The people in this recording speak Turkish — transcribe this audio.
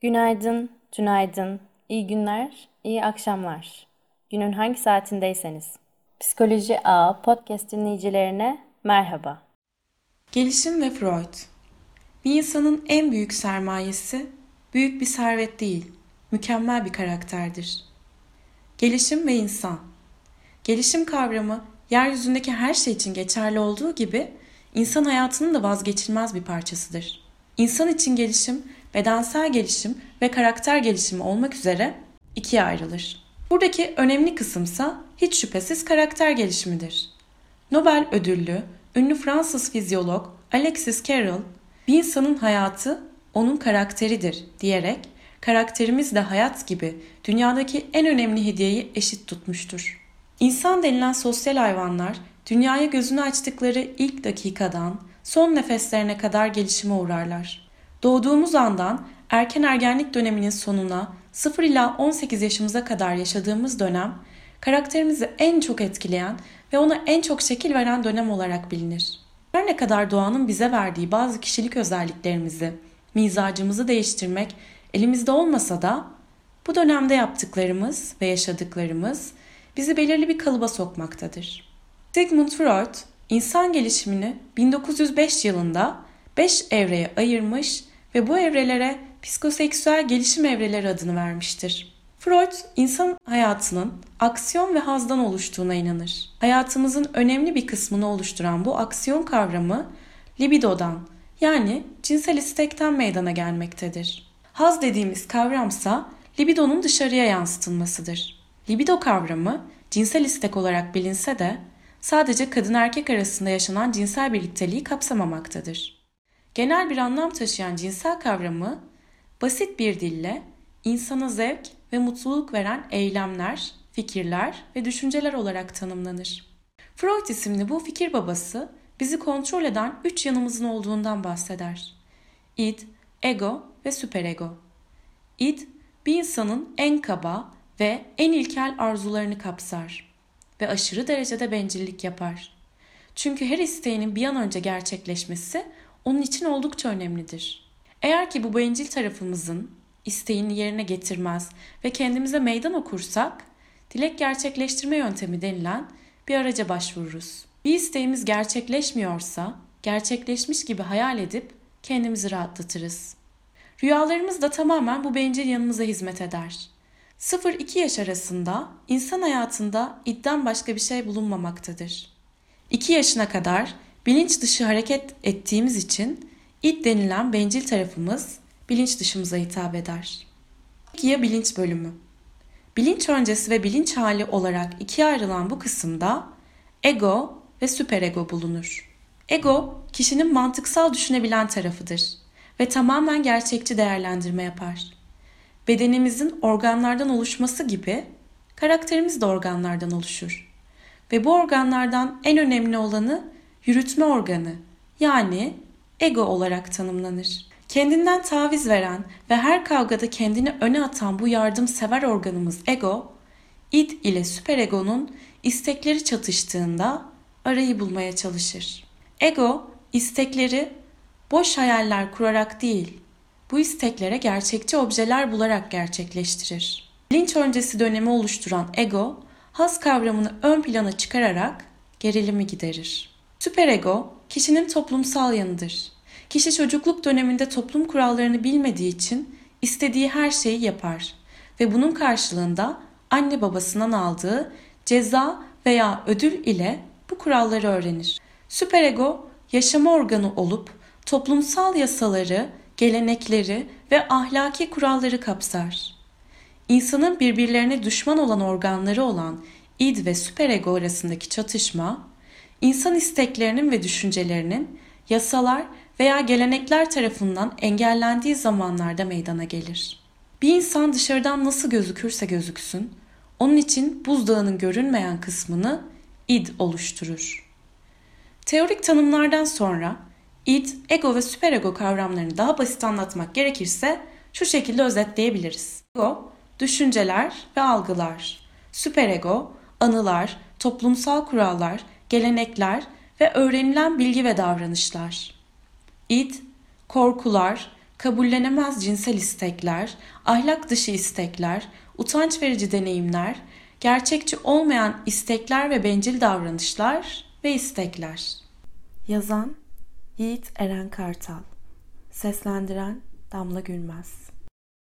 Günaydın, tünaydın, iyi günler, iyi akşamlar. Günün hangi saatindeyseniz. Psikoloji A podcast dinleyicilerine merhaba. Gelişim ve Freud. Bir insanın en büyük sermayesi, büyük bir servet değil, mükemmel bir karakterdir. Gelişim ve insan. Gelişim kavramı, yeryüzündeki her şey için geçerli olduğu gibi, insan hayatının da vazgeçilmez bir parçasıdır. İnsan için gelişim, bedensel gelişim ve karakter gelişimi olmak üzere ikiye ayrılır. Buradaki önemli kısımsa hiç şüphesiz karakter gelişimidir. Nobel ödüllü, ünlü Fransız fizyolog Alexis Carrel, bir insanın hayatı onun karakteridir diyerek karakterimiz de hayat gibi dünyadaki en önemli hediyeyi eşit tutmuştur. İnsan denilen sosyal hayvanlar dünyaya gözünü açtıkları ilk dakikadan son nefeslerine kadar gelişime uğrarlar. Doğduğumuz andan erken ergenlik döneminin sonuna 0 ila 18 yaşımıza kadar yaşadığımız dönem karakterimizi en çok etkileyen ve ona en çok şekil veren dönem olarak bilinir. Her ne kadar doğanın bize verdiği bazı kişilik özelliklerimizi, mizacımızı değiştirmek elimizde olmasa da bu dönemde yaptıklarımız ve yaşadıklarımız bizi belirli bir kalıba sokmaktadır. Sigmund Freud, insan gelişimini 1905 yılında 5 evreye ayırmış ve bu evrelere psikoseksüel gelişim evreleri adını vermiştir. Freud, insan hayatının aksiyon ve hazdan oluştuğuna inanır. Hayatımızın önemli bir kısmını oluşturan bu aksiyon kavramı libidodan yani cinsel istekten meydana gelmektedir. Haz dediğimiz kavramsa libidonun dışarıya yansıtılmasıdır. Libido kavramı cinsel istek olarak bilinse de sadece kadın erkek arasında yaşanan cinsel birlikteliği kapsamamaktadır. Genel bir anlam taşıyan cinsel kavramı basit bir dille insana zevk ve mutluluk veren eylemler, fikirler ve düşünceler olarak tanımlanır. Freud isimli bu fikir babası bizi kontrol eden 3 yanımızın olduğundan bahseder. İd, ego ve süperego. İd, bir insanın en kaba ve en ilkel arzularını kapsar ve aşırı derecede bencillik yapar. Çünkü her isteğinin bir an önce gerçekleşmesi onun için oldukça önemlidir. Eğer ki bu bencil tarafımızın isteğini yerine getirmez ve kendimize meydan okursak, dilek gerçekleştirme yöntemi denilen bir araca başvururuz. Bir isteğimiz gerçekleşmiyorsa, gerçekleşmiş gibi hayal edip kendimizi rahatlatırız. Rüyalarımız da tamamen bu bencil yanımıza hizmet eder. 0-2 yaş arasında insan hayatında idden başka bir şey bulunmamaktadır. 2 yaşına kadar bilinç dışı hareket ettiğimiz için id denilen bencil tarafımız bilinç dışımıza hitap eder. Ya bilinç bölümü. Bilinç öncesi ve bilinç hali olarak ikiye ayrılan bu kısımda ego ve süperego bulunur. Ego, kişinin mantıksal düşünebilen tarafıdır ve tamamen gerçekçi değerlendirme yapar. Bedenimizin organlardan oluşması gibi karakterimiz de organlardan oluşur. Ve bu organlardan en önemli olanı yürütme organı yani ego olarak tanımlanır. Kendinden taviz veren ve her kavgada kendini öne atan bu yardımsever organımız ego, id ile süperegonun istekleri çatıştığında arayı bulmaya çalışır. Ego, istekleri boş hayaller kurarak değil, bu isteklere gerçekçi objeler bularak gerçekleştirir. Bilinç öncesi dönemi oluşturan ego, haz kavramını ön plana çıkararak gerilimi giderir. Süperego, kişinin toplumsal yanıdır. Kişi çocukluk döneminde toplum kurallarını bilmediği için istediği her şeyi yapar ve bunun karşılığında anne babasından aldığı ceza veya ödül ile bu kuralları öğrenir. Süperego, yaşama organı olup toplumsal yasaları, gelenekleri ve ahlaki kuralları kapsar. İnsanın birbirlerine düşman olan organları olan id ve süperego arasındaki çatışma, insan isteklerinin ve düşüncelerinin yasalar veya gelenekler tarafından engellendiği zamanlarda meydana gelir. Bir insan dışarıdan nasıl gözükürse gözüksün, onun için buzdağının görünmeyen kısmını id oluşturur. Teorik tanımlardan sonra id, ego ve süperego kavramlarını daha basit anlatmak gerekirse şu şekilde özetleyebiliriz. Ego, düşünceler ve algılar. Süperego, anılar, toplumsal kurallar, gelenekler ve öğrenilen bilgi ve davranışlar. İd, korkular, kabullenemez cinsel istekler, ahlak dışı istekler, utanç verici deneyimler, gerçekçi olmayan istekler ve bencil davranışlar ve istekler. Yazan Yiğit Eren Kartal. Seslendiren Damla Gülmez.